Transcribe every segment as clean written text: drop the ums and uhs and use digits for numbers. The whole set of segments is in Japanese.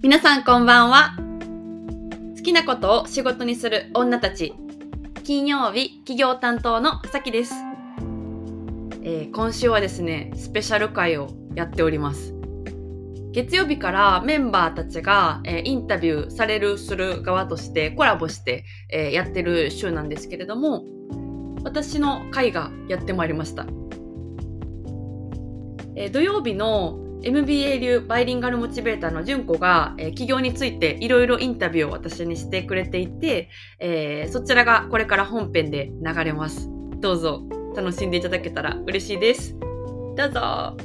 皆さんこんばんは。好きなことを仕事にする女たち、金曜日企業担当のさきです。今週はですね、スペシャル会をやっております。月曜日からメンバーたちが、インタビューされるする側としてコラボして、やってる週なんですけれども、私の会がやってまいりました。土曜日のMBA 流バイリンガルモチベーターの純子が、企業についていろいろインタビューを私にしてくれていて、そちらがこれから本編で流れます。どうぞ楽しんでいただけたら嬉しいです。どうぞ。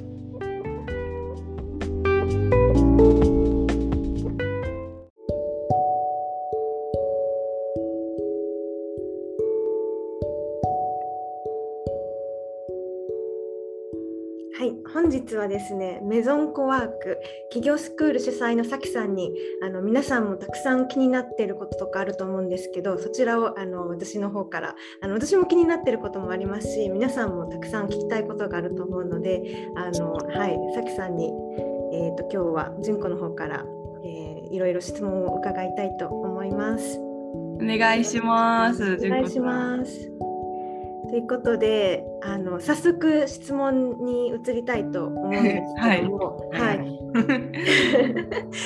はい、本日はですね、メゾンコワーク企業スクール主催のさきさんに皆さんもたくさん気になっていることとかあると思うんですけど、そちらを私の方から私も気になっていることもありますし、皆さんもたくさん聞きたいことがあると思うので、はい、さきさんに、今日は純子の方から、いろいろ質問を伺いたいと思います。 お願いします。 お願いします。ということで早速質問に移りたいと思うんですけども、はい、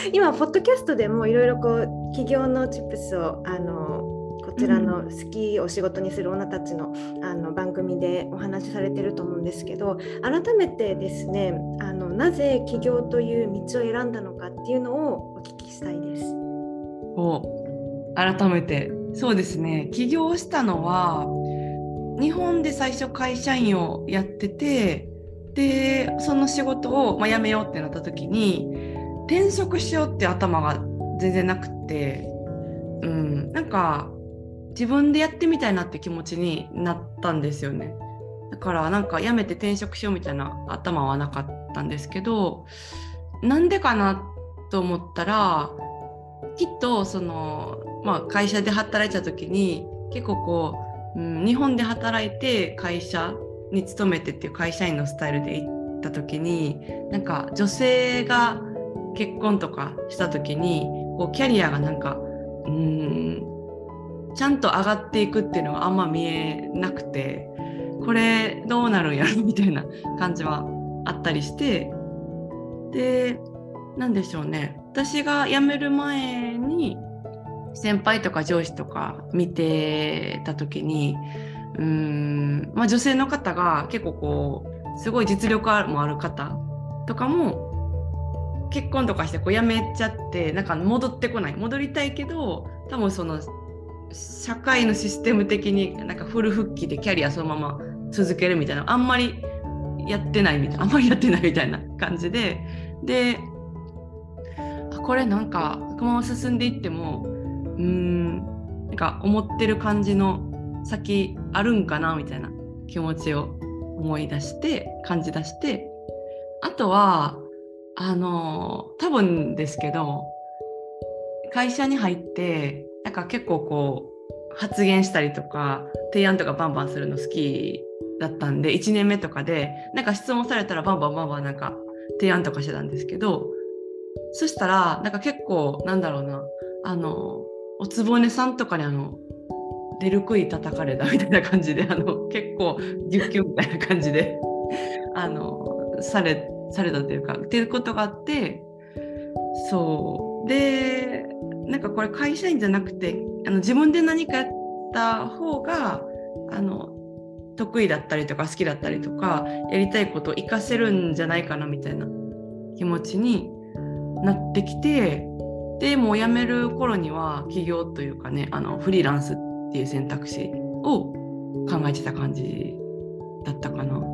今ポッドキャストでもいろいろ企業のチップスをこちらの好きお仕事にする女たちの番組でお話しされてると思うんですけど、改めてですねなぜ起業という道を選んだのかっていうのをお聞きしたいです。 改めてそうですね、起業したのは日本で最初会社員をやってて、でその仕事を、辞めようってなった時に転職しようって頭が全然なくて、なんか自分でやってみたいなって気持ちになったんですよね。だからなんか辞めて転職しようみたいな頭はなかったんですけど、なんでかなと思ったら、きっと会社で働いた時に結構日本で働いて会社に勤めてっていう会社員のスタイルで行った時に、なんか女性が結婚とかした時にキャリアがなんかちゃんと上がっていくっていうのがあんま見えなくて、これどうなるんやろみたいな感じはあったりして、でなんでしょうね、私が辞める前に先輩とか上司とか見てた時に女性の方が結構すごい実力もある方とかも結婚とかして辞めちゃって、なんか戻りたいけど、多分その社会のシステム的になんかフル復帰でキャリアそのまま続けるみたいなあんまりやってないみたいな感じでこれなんかこのまま進んでいってもなんか思ってる感じの先あるんかなみたいな気持ちを感じ出して、あとは多分ですけど、会社に入ってなんか結構発言したりとか提案とかバンバンするの好きだったんで、1年目とかでなんか質問されたらバンバンなんか提案とかしてたんですけど、そしたらなんか結構なんだろうな、おつぼねさんとかに出る杭叩かれたみたいな感じで結構10級みたいな感じでされたというかっていうことがあって、そうでなんかこれ会社員じゃなくて自分で何かやった方が得意だったりとか好きだったりとかやりたいことを活かせるんじゃないかなみたいな気持ちになってきて、でもう辞める頃には起業というかね、フリーランスっていう選択肢を考えてた感じだったかな。 なる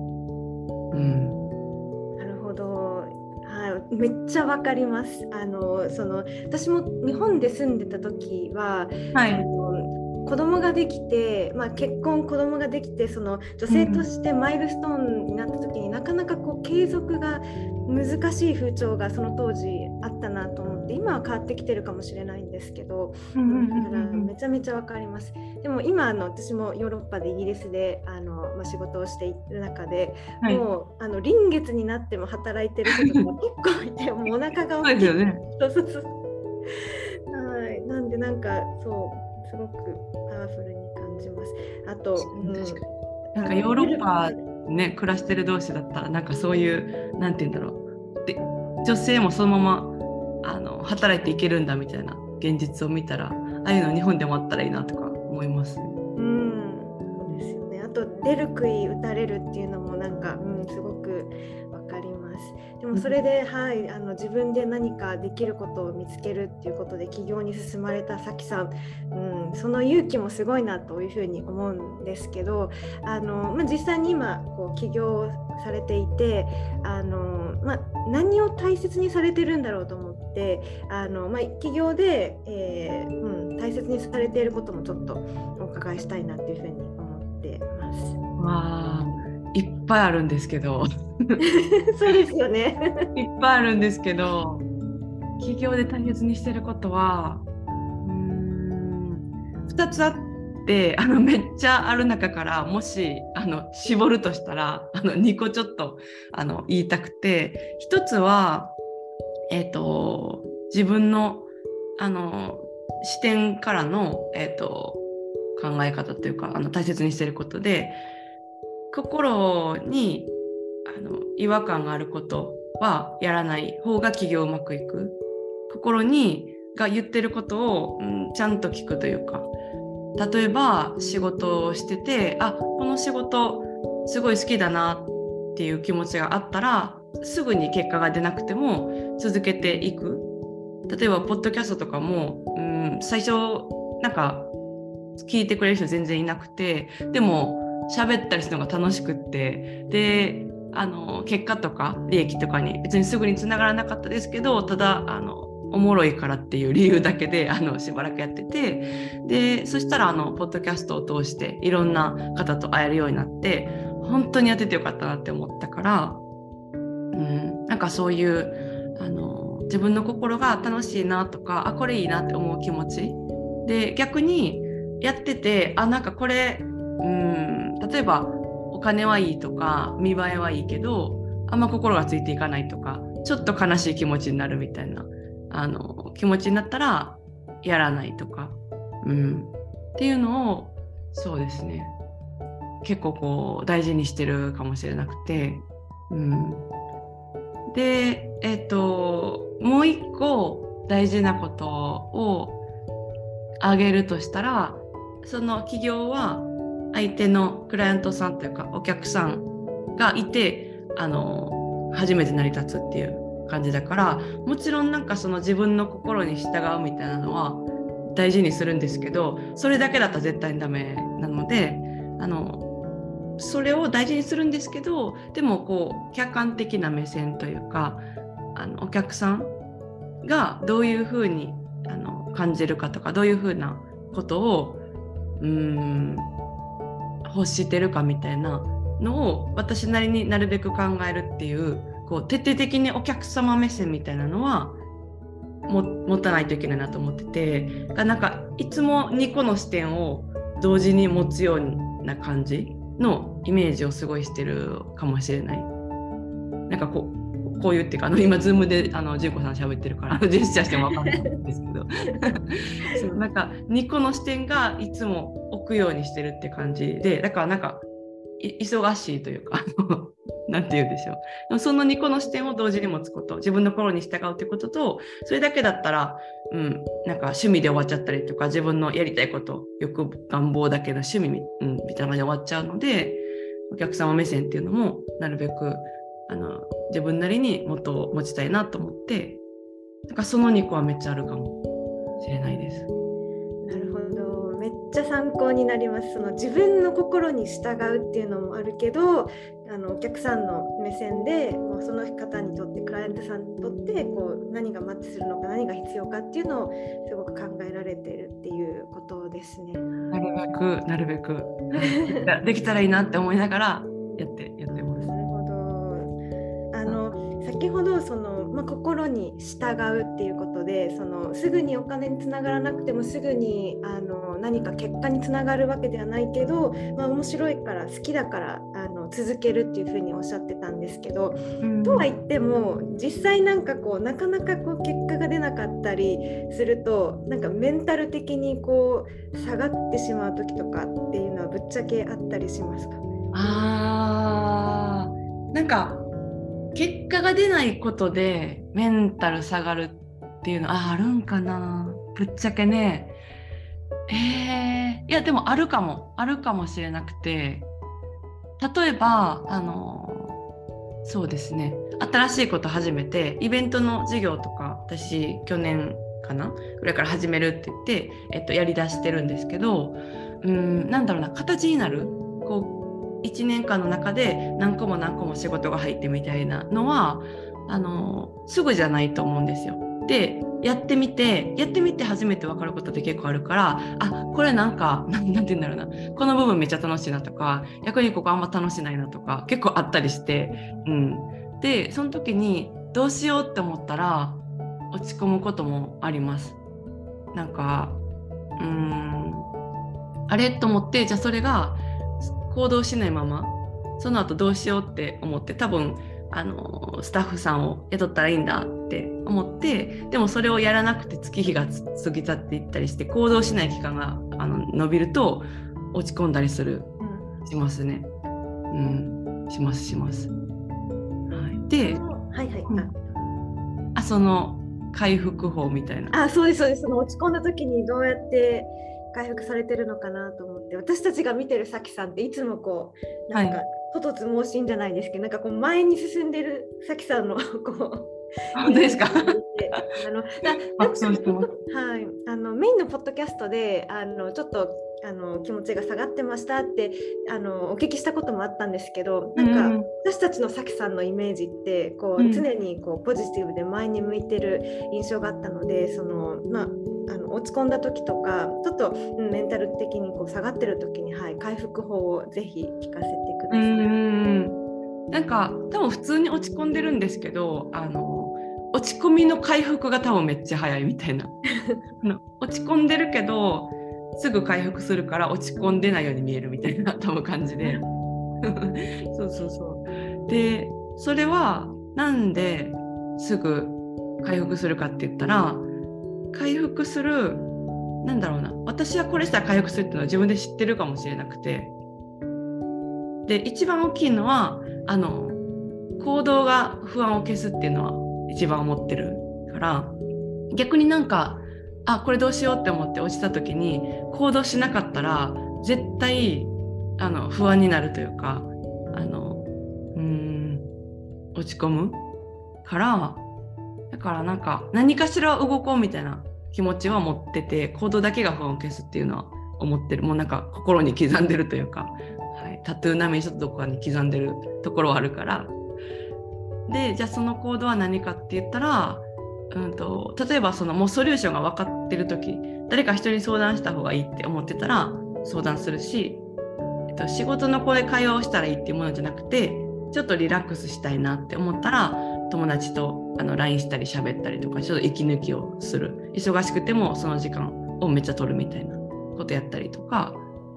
ほど、はい、めっちゃわかります。私も日本で住んでた時は、はい、子供ができて、結婚子供ができて、その女性としてマイルストーンになった時に、なかなか継続が難しい風潮がその当時あったなと思っって今は変わってきてるかもしれないんですけど、だからめちゃめちゃわかります。でも今私もヨーロッパでイギリスで仕事をしている中で、はい、もう臨月になっても働いてる人とか結構いてもうお腹が大きい。そうですよね。はい、なんでなんかそうすごくパワフルに感じます。あと、 なんかヨーロッパね暮らしてる同士だったらなんかそういうなんて言うんだろうで女性もそのまま働いていけるんだみたいな現実を見たらああいうの日本でもあったらいいなとか思います。 そうですよね。あと出る杭打たれるっていうのもなんか、すごくわかります。でもそれで、はい、自分で何かできることを見つけるっていうことで起業に進まれたさきさん、その勇気もすごいなというふうに思うんですけど、実際に今起業されていて何を大切にされてるんだろうと思って起業で、大切にされていることもちょっとお伺いしたいなっていうふうに思ってます。 わー、いっぱいあるんですけどそうですよねいっぱいあるんですけど起業で大切にしてることは2つあってめっちゃある中からもし絞るとしたら2個ちょっと言いたくて、1つは自分の視点からの考え方というか大切にしていることで、心に違和感があることはやらない方が起業うまくいく。心が言ってることを、ちゃんと聞くというか、例えば仕事をしててこの仕事すごい好きだなっていう気持ちがあったらすぐに結果が出なくても続けていく。例えばポッドキャストとかも、最初なんか聞いてくれる人全然いなくて、でも喋ったりするのが楽しくって、で結果とか利益とかに別にすぐに繋がらなかったですけど、ただおもろいからっていう理由だけでしばらくやってて、でそしたらポッドキャストを通していろんな方と会えるようになって本当にやっててよかったなって思ったから、なんかそういう自分の心が楽しいなとかこれいいなって思う気持ちで、逆にやっててなんかこれ例えばお金はいいとか見栄えはいいけどあんま心がついていかないとかちょっと悲しい気持ちになるみたいな気持ちになったらやらないとか、っていうのをそうですね結構大事にしてるかもしれなくて、でもう一個大事なことを挙げるとしたら、その企業は相手のクライアントさんというかお客さんがいて初めて成り立つっていう感じだから、もちろんなんかその自分の心に従うみたいなのは大事にするんですけど、それだけだったら絶対にダメなのでそれを大事にするんですけど、でも客観的な目線というかお客さんがどういうふうに感じるかとかどういうふうなことを欲してるかみたいなのを私なりになるべく考えるっていう徹底的にお客様目線みたいなのは持たないといけないなと思ってて、なんかいつも2個の視点を同時に持つような感じのイメージをすごいしてるかもしれない。なんかこういうっていうか今ズームで純子さん喋ってるからジェスチャーしても分かんないんですけどそうなんか2個の視点がいつも置くようにしてるって感じで、だからなんか忙しいというかなんて言うんでしょう、その2個の視点を同時に持つこと、自分の心に従うということと、それだけだったら、なんか趣味で終わっちゃったりとか自分のやりたいこと欲願望だけの趣味みたいなので終わっちゃうので、お客様目線っていうのもなるべく自分なりにもっと持ちたいなと思って、なんかその2個はめっちゃあるかもしれないです。 なるほど、めっちゃ参考になります。その自分の心に従うっていうのもあるけど、お客さんの目線でもうその方にとってクライアントさんにとって何がマッチするのか何が必要かっていうのをすごく考えられているっていうことですね。 なるべくできたらいいなって思いながらやってます。 なるほど。さ先ほど心に従うっていうことで、すぐにお金につながらなくてもすぐに何か結果につながるわけではないけど、面白いから好きだから続けるっていうふうにおっしゃってたんですけど、とは言っても実際なかなか結果が出なかったりするとメンタル的に下がってしまう時とかっていうのはぶっちゃけあったりしますか？ 結果が出ないことでメンタル下がるっていうのあるんかな。ぶっちゃけね、いやでもあるかもしれなくて、例えばそうですね、新しいこと始めてイベントの授業とか私去年かなぐらいから始めるって言って、やりだしてるんですけど、形になる1年間の中で何個も仕事が入ってみたいなのはすぐじゃないと思うんですよ。でやってみて初めて分かることって結構あるから、これなんて言うんだろうな、この部分めっちゃ楽しいなとか、逆にここあんま楽しないなとか結構あったりして、でその時にどうしようって思ったら落ち込むこともあります。あれと思って、じゃあそれが行動しないままその後どうしようって思って、多分スタッフさんを雇ったらいいんだって思って、でもそれをやらなくて月日が過ぎ去っていったりして行動しない期間が伸びると落ち込んだりしますね。します。で、その回復法みたいな。 そうです。その落ち込んだ時にどうやって回復されてるのかなと思って、私たちが見てるさきさんっていつもとつ猛進じゃないですけど、前に進んでるさきさんの本当ですか？ メインのポッドキャストでちょっと気持ちが下がってましたってお聞きしたこともあったんですけど、私たちのさきさんのイメージって常にポジティブで前に向いてる印象があったので、落ち込んだ時とかちょっとメンタル的に下がってる時に、回復法をぜひ聞かせてください。 多分普通に落ち込んでるんですけど、落ち込みの回復が多分めっちゃ早いみたいな落ち込んでるけどすぐ回復するから落ち込んでないように見えるみたいな多分感じでそうで、それはなんですぐ回復するかって言ったら、回復する私はこれしたら回復するっていうのは自分で知ってるかもしれなくて、で一番大きいのは行動が不安を消すっていうのは一番思ってるから、逆にこれどうしようって思って落ちた時に行動しなかったら絶対不安になるというか落ち込むから、だから何かしら動こうみたいな気持ちは持ってて、行動だけが不安を消すっていうのは思ってる。もう心に刻んでるというか、タトゥー並みにちょっとどこかに刻んでるところはあるから。でじゃあその行動は何かって言ったら、例えばもうソリューションが分かってる時、誰か人に相談した方がいいって思ってたら相談するし、仕事の会話をしたらいいっていうものじゃなくて、ちょっとリラックスしたいなって思ったら友達とLINE したり喋ったりとか、ちょっと息抜きをする。忙しくてもその時間をめっちゃ取るみたいなことやったりとか、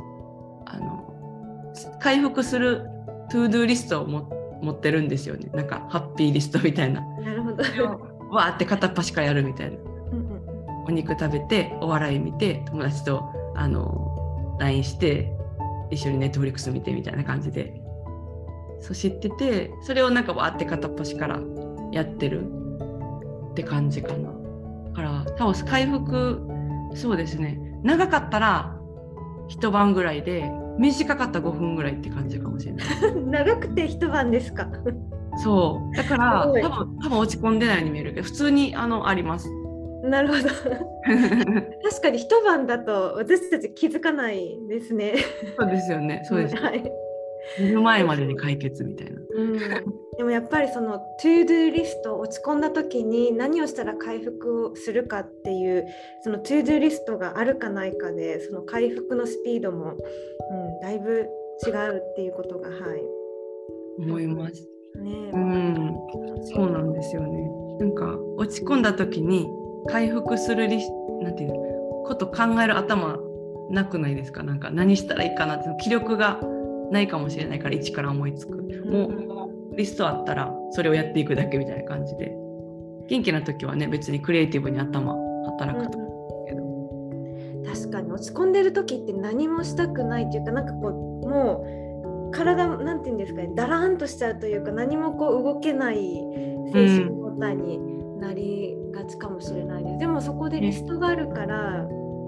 回復するトゥードゥーリストを持ってるんですよね。ハッピーリストみたいな。 なるほど。 わーって片っ端からやるみたいな。お肉食べてお笑い見て友達とLINE して一緒にネットフリックス見てみたいな感じで、そう知ってて、それをわーって片っ端からやってるって感じかな。だから多分回復、そうですね、長かったら一晩ぐらいで、短かったら5分ぐらいって感じかもしれない。 長くて一晩ですか？ そうだから多分落ち込んでないように見えるけど、普通にあります。 なるほど。確かに一晩だと私たち気づかないですね。 そうですよね。そうです。寝る前までに解決みたいな。 でもやっぱりそのトゥードゥーリスト、落ち込んだ時に何をしたら回復するかっていう、そのトゥードゥーリストがあるかないかで、その回復のスピードも、だいぶ違うっていうことが、 思います。 ね。 そうなんですよね。なんか落ち込んだ時に回復するなんていうこと考える頭なくないですか？なんか何したらいいかなって気力がないかもしれないから一から思いつく。もうリストあったらそれをやっていくだけみたいな感じで、元気な時はね別にクリエイティブに頭働くと思うけど、 確かに落ち込んでる時って何もしたくないっていうか、なんかこうもう体なんていうんですかね、だらんとしちゃうというか、何もこう動けない精神状態になりがちかもしれないです。でもそこでリストがあるから、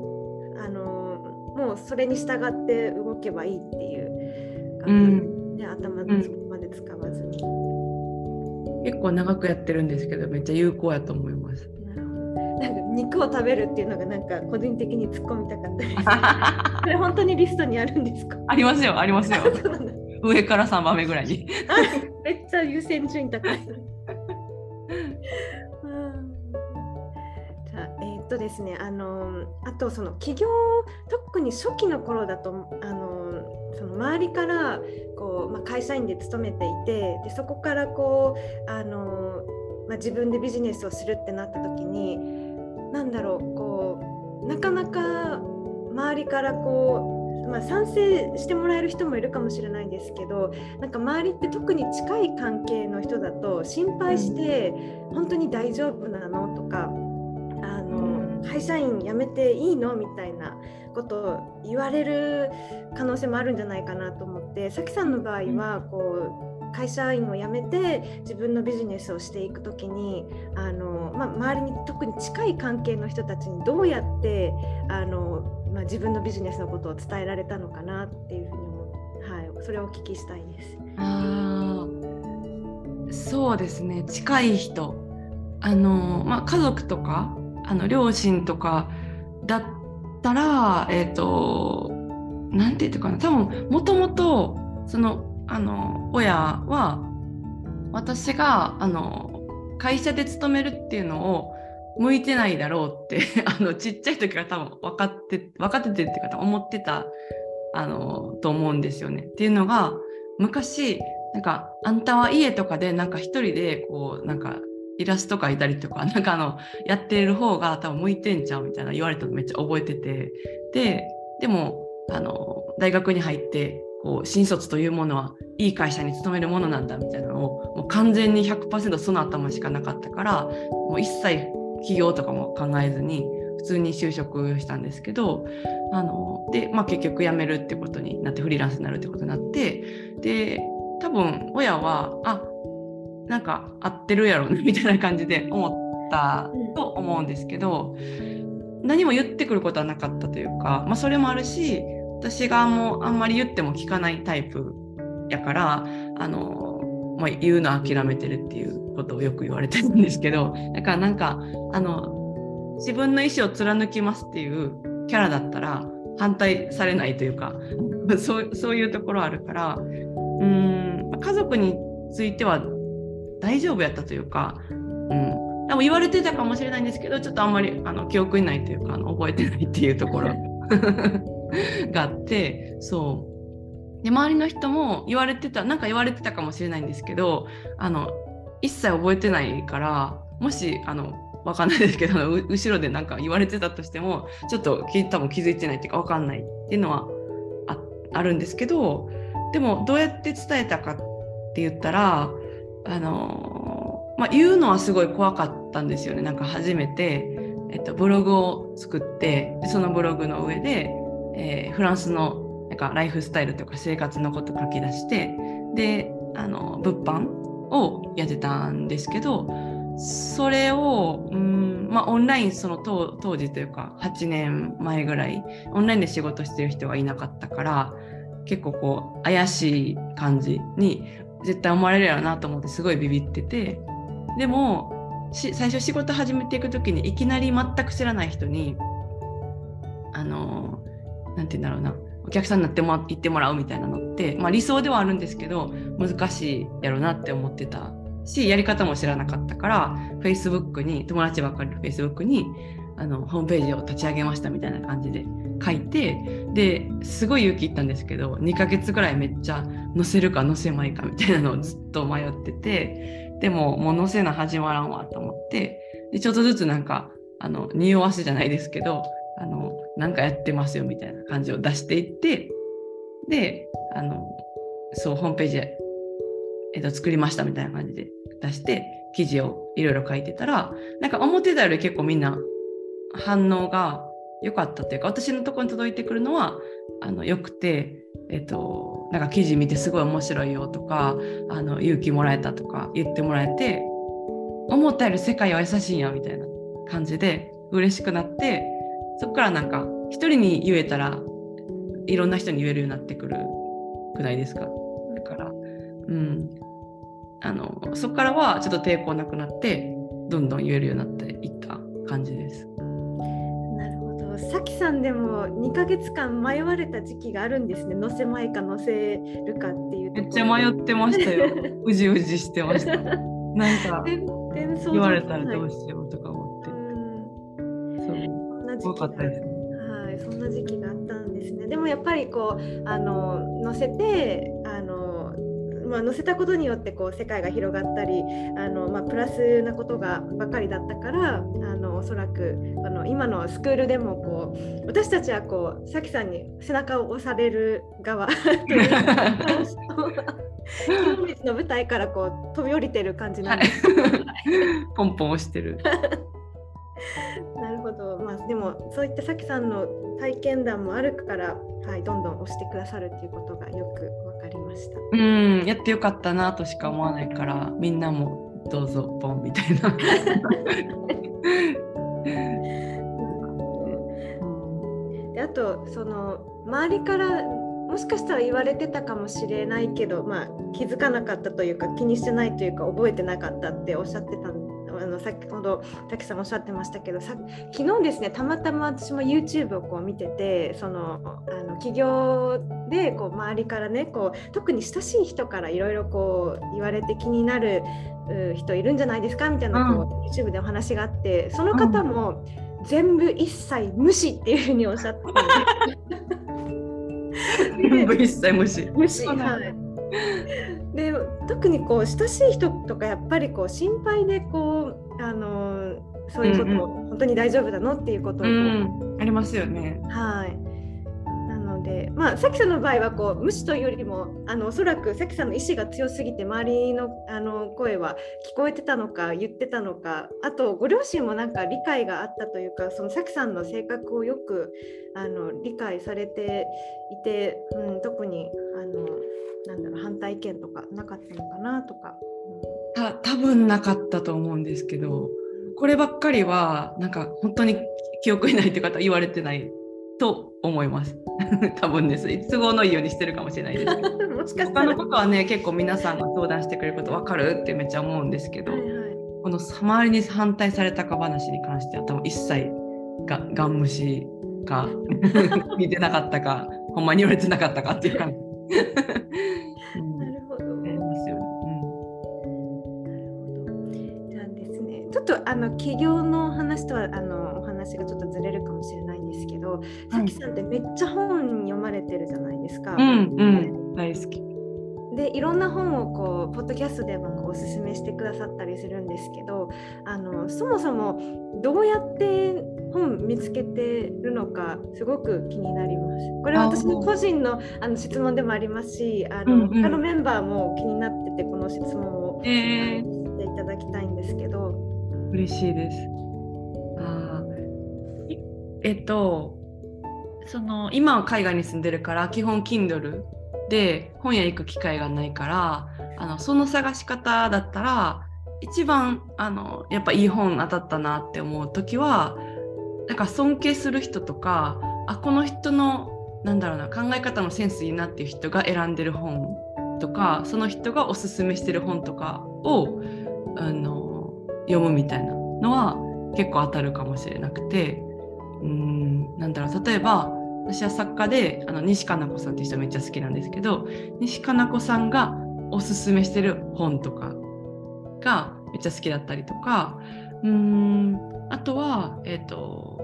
もうそれに従って動けばいいっていう感じで、頭そこまで使わずに。 結構長くやってるんですけどめっちゃ有効やと思います。 なんか肉を食べるっていうのがなんか個人的に突っ込みたかったです。これ本当にリストにあるんですか？ ありますよ、ありますよ。上から3番目ぐらいに。 めっちゃ優先順位高い。じゃあですね、あとその起業、特に初期の頃だとその周りからこう、会社員で勤めていて、でそこからこう自分でビジネスをするってなった時に、なんだろう、こうなかなか周りからこう、賛成してもらえる人もいるかもしれないんですけど、なんか周りって特に近い関係の人だと心配して本当に大丈夫なのとか、会社員辞めていいのみたいなことを言われる可能性もあるんじゃないかなと思って、さきさんの場合はこう会社員を辞めて自分のビジネスをしていくときに周りに特に近い関係の人たちにどうやって自分のビジネスのことを伝えられたのかなっていうふうに思って、それをお聞きしたいです。 そうですね、近い人、家族とか両親とかだったらなんて言うかな、多分もともとその親は私が会社で勤めるっていうのを向いてないだろうってちっちゃい時から多分分かっててっていうか思ってたと思うんですよね。っていうのが、昔なんかあんたは家とかでなんか一人でこうなんかイラスト描いたりとかなんかやってる方が多分向いてんちゃうみたいな言われたのめっちゃ覚えてて、でも大学に入ってこう新卒というものはいい会社に勤めるものなんだみたいなのをもう完全に 100% その頭しかなかったから、もう一切起業とかも考えずに普通に就職したんですけど、で、結局辞めるってことになってフリーランスになるってことになって、で多分親はなんか合ってるやろみたいな感じで思ったと思うんですけど、何も言ってくることはなかったというか、それもあるし、私がもうあんまり言っても聞かないタイプやから言うの諦めてるっていうことをよく言われてるんですけど、だからなんか自分の意思を貫きますっていうキャラだったら反対されないというかそういうところあるから、家族については大丈夫やったというか、多分言われてたかもしれないんですけど、ちょっとあんまり記憶にないというか覚えてないっていうところがあって、そうで周りの人もなんか言われてたかもしれないんですけど、一切覚えてないから、もしわかんないですけど後ろでなんか言われてたとしてもちょっと多分気づいてないっていうかわかんないっていうのは あるんですけど、でもどうやって伝えたかって言ったら言うのはすごい怖かったんですよね。なんか初めて、ブログを作って、そのブログの上で、フランスのなんかライフスタイルとか生活のこと書き出して、で物販をやってたんですけど、それをオンラインその当時というか8年前ぐらいオンラインで仕事してる人がいなかったから、結構こう怪しい感じに絶対思われるやろなと思ってすごいビビってて、でも最初仕事始めていく時にいきなり全く知らない人になんて言うんだろうな、お客さんになって行ってもらうみたいなのって、理想ではあるんですけど難しいやろなって思ってたし、やり方も知らなかったから Facebook に、友達ばっかりの Facebook にホームページを立ち上げましたみたいな感じで書いて、ですごい勇気いったんですけど、2ヶ月ぐらいめっちゃ載せるか載せまいかみたいなのをずっと迷ってて、でももう載せな始まらんわと思って、でちょっとずつなんか匂わせじゃないですけど、なんかやってますよみたいな感じを出していって、でそうホームページ、作りましたみたいな感じで出して記事をいろいろ書いてたら、なんか思ってたより結構みんな反応が良かったというか、私のところに届いてくるのは良くて、なんか記事見てすごい面白いよとか、勇気もらえたとか言ってもらえて、思ったより世界は優しいんやみたいな感じで嬉しくなって、そこからなんか一人に言えたらいろんな人に言えるようになってくるくないですか。だから、そこからはちょっと抵抗なくなってどんどん言えるようになっていった感じです。 なるほど。さきさんでも2ヶ月間迷われた時期があるんですね。載せまいか載せるかっていうところ。 めっちゃ迷ってましたよ。うじうじしてました。なんか言われたらどうしようとか思って。そう、怖かったですね。 はい、そんな時期があったんですね。でもやっぱりこう載せて載せたことによってこう世界が広がったりプラスなことがばかりだったからおそらく今のスクールでもこう私たちはこうさきさんに背中を押される側というか清水の舞台からこう飛び降りてる感じなんです、 ポンポン押してる。 なるほど、でもそういったさきさんの体験談もあるから、はい、どんどん押してくださるっていうことがよく分かりました。 やってよかったなとしか思わないから、みんなもどうぞポンみたいな。 であとその周りからもしかしたら言われてたかもしれないけど、気づかなかったというか気にしてないというか覚えてなかったっておっしゃってた先ほど滝さんおっしゃってましたけど、昨日ですね、たまたま私も YouTube をこう見てて、その企業でこう周りからねこう特に親しい人からいろいろこう言われて気になる人いるんじゃないですかみたいなこう、YouTube でお話があって、その方も全部一切無視っていうふうにおっしゃってた全部一切無視。 で特にこう親しい人とかやっぱりこう心配でこうそういうことを本当に大丈夫なのっていうことをありますよね。 はい。なのでさきさんの場合はこう無視というよりもおそらくさきさんの意志が強すぎて周りの声は聞こえてたのか言ってたのか、あとご両親もなんか理解があったというか、そのさきさんの性格をよく理解されていて、特に反対意見とかなかったのかなとか、 多分なかったと思うんですけど、こればっかりはなんか本当に記憶にないって方は言われてないと思います多分です。都合のいいようにしてるかもしれないですけどもしかしたら他のことはね結構皆さんが相談してくれること分かるってめっちゃ思うんですけど、この周りに反対されたか話に関しては多分一切ガン無視か見てなかったかほんまに言われてなかったかっていう感じなるほど。 ありますよ。 じゃあですね、ちょっと起業の話とはお話がちょっとずれるかもしれないんですけど、さきさんってめっちゃ本読まれてるじゃないですか。 大好き。 でいろんな本をこうポッドキャストでもこうおすすめしてくださったりするんですけど、そもそもどうやって本見つけてるのかすごく気になります。これは私の個人の質問でもありますし、他のメンバーも気になっててこの質問をしていただきたいんですけど。 嬉しいです。その今は海外に住んでるから基本 Kindle で本屋行く機会がないから、その探し方だったら一番やっぱいい本当たったなって思う時は、なんか尊敬する人とかこの人の考え方のセンスいいなっていう人が選んでる本とか、その人がおすすめしてる本とかを読むみたいなのは結構当たるかもしれなくて、例えば私は作家で西加奈子さんっていう人めっちゃ好きなんですけど、西加奈子さんがおすすめしてる本とかがめっちゃ好きだったりとか、あとは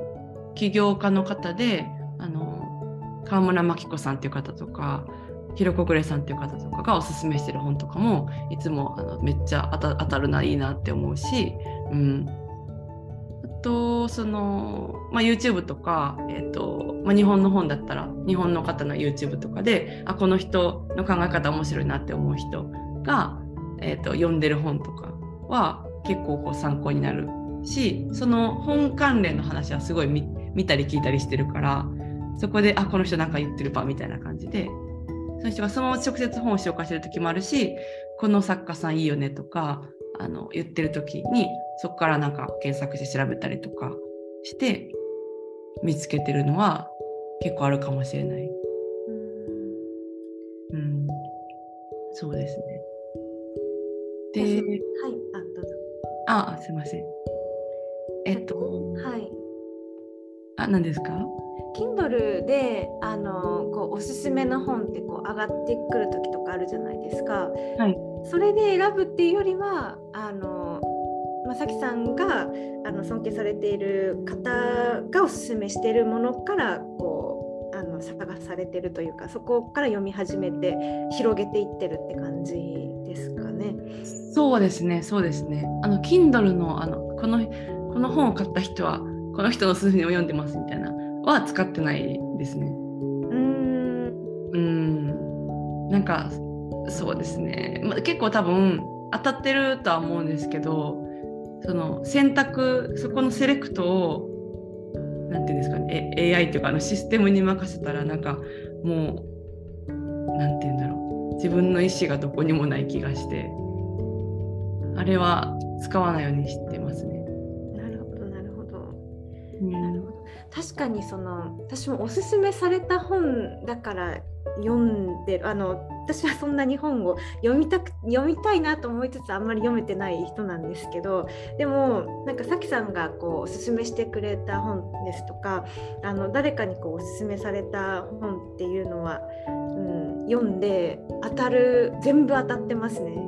起業家の方で川村真紀子さんっていう方とかひろこぐれさんっていう方とかがおすすめしてる本とかもいつもめっちゃ当たるないいなって思うし、うん、あとYouTube とか、日本の本だったら日本の方の YouTube とかでこの人の考え方面白いなって思う人が、読んでる本とかは結構こう参考になるし、その本関連の話はすごい 見たり聞いたりしてるから、そこでこの人なんか言ってるばみたいな感じで、その人がそのまま直接本を紹介してる時もあるし、この作家さんいいよねとか言ってる時にそこからなんか検索して調べたりとかして見つけてるのは結構あるかもしれない。そうですね。で、はい、 どうぞ。 すいません。 はい。 何ですか ？Kindle でこうおすすめの本ってこう上がってくる時とかあるじゃないですか。 はい。 それで選ぶっていうよりはさきさんが尊敬されている方がおすすめしているものからこう探されてるというか、そこから読み始めて広げていってるって感じですかね。 そうですね、そうですね。Kindle のこの本を買った人はこの人のおすすめを読んでますみたいなは使ってないですね。なんかそうですね、結構多分当たってるとは思うんですけど、その選択、そこのセレクトをなんていうんですかね、AI っていうかシステムに任せたらなんかもうなんていうんだろう、自分の意思がどこにもない気がして、あれは使わないようにしてますね。 なるほど、なるほど。確かに私もおすすめされた本だから読んでる。私はそんなに本を読みたいなと思いつつあんまり読めてない人なんですけど、でもなんかさきさんがこうおすすめしてくれた本ですとか誰かにこうおすすめされた本っていうのは、読んで全部当たってますね。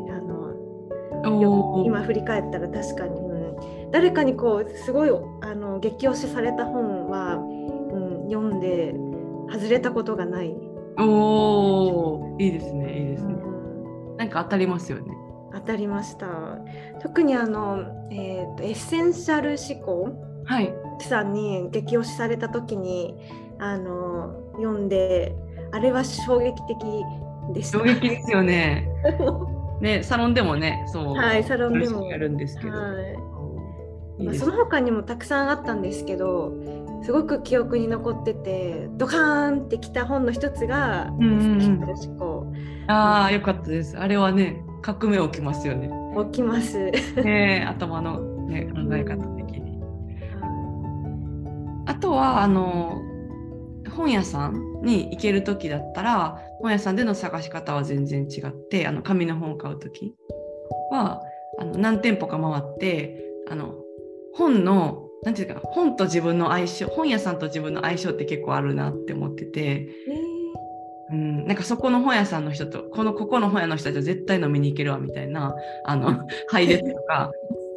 今振り返ったら確かに、誰かにこうすごい激推しされた本は、読んで外れたことがない。 いいですね、いいですね。なんか当たりますよね。 当たりました。特にエッセンシャル思考、 はい、 さんに激推しされた時に読んで、あれは衝撃的でした。 衝撃ですよね。ね、サロンでもね、そう、 はい、サロンでもやるんですけど、 その他にもたくさんあったんですけど、すごく記憶に残っててドカーンってきた本の一つがエッセンシャル思考。 よかったです。あれはね、革命起きますよね。 起きます。 頭の、ね、考え方的に。あとは本屋さんに行ける時だったら、本屋さんでの探し方は全然違って、紙の本を買う時は何店舗か回って本のなんていうか、本と自分の相性、本屋さんと自分の相性って結構あるなって思ってて、なんかそこの本屋さんの人とここの本屋の人たちは絶対飲みに行けるわみたいな配列とか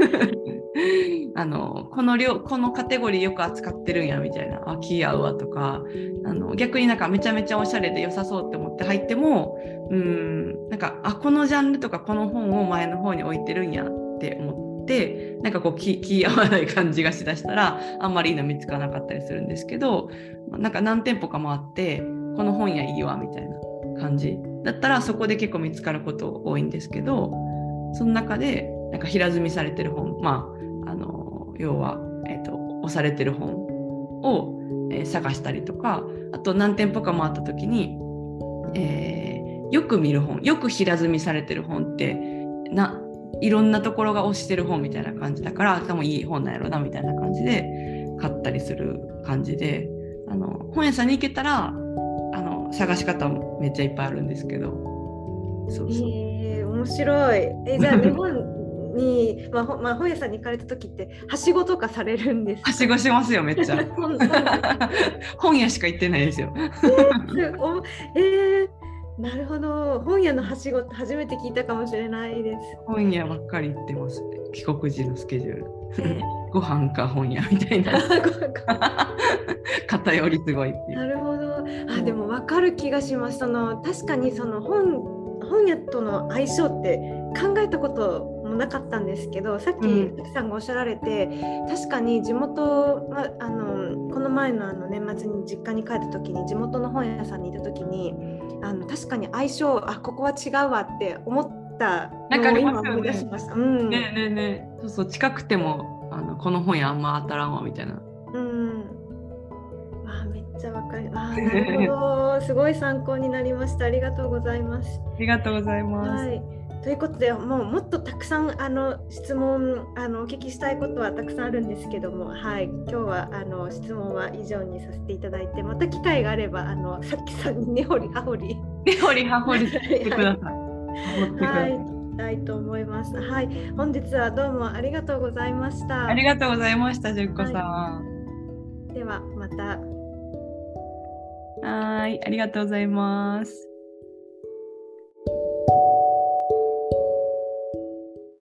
このカテゴリーよく扱ってるんやみたいな、気合うわとか、逆になんかめちゃめちゃおしゃれで良さそうって思って入っても、なんかこのジャンルとかこの本を前の方に置いてるんやって思って、なんかこう気合わない感じがしだしたらあんまりいいの見つからなかったりするんですけど、なんか何店舗か回ってこの本屋いいわみたいな感じだったらそこで結構見つかること多いんですけど、その中でなんか平積みされてる本、要は、押されてる本を、探したりとか、あと何店舗か回った時に、よく見る本、よく平積みされてる本っていろんなところが推してる本みたいな感じだから、多分いい本なんやろなみたいな感じで買ったりする感じで、本屋さんに行けたら探し方もめっちゃいっぱいあるんですけど。 面白い。じゃあ日本に、本屋さんに行かれた時ってはしごとかされるんですか？ はしごしますよ、めっちゃ。本屋しか行ってないですよ。 なるほど。本屋のはしごって初めて聞いたかもしれないです。 本屋ばっかり行ってますね、帰国時のスケジュール。 ご飯か本屋みたいな偏りすごいっていう。 なるほど。でも分かる気がします。確かにその本屋との相性って考えたこともなかったんですけど、さっきさんがおっしゃられて、確かに地元はこの前の年末に実家に帰った時に地元の本屋さんにいた時に確かに相性ここは違うわって思ったのを今思い出しました。 ねそうそう、近くてもこの本屋あんま当たらんわみたいな。 めっちゃわかる。なるほど。すごい参考になりました。ありがとうございます。 ありがとうございます。 ということで、もっとたくさん質問お聞きしたいことはたくさんあるんですけども、今日は質問は以上にさせていただいて、また機会があればさっきさんに根掘り葉掘りしてください。 したいと思います。本日はどうもありがとうございました。 ありがとうございました、純子さん。 ではまた。 ありがとうございます。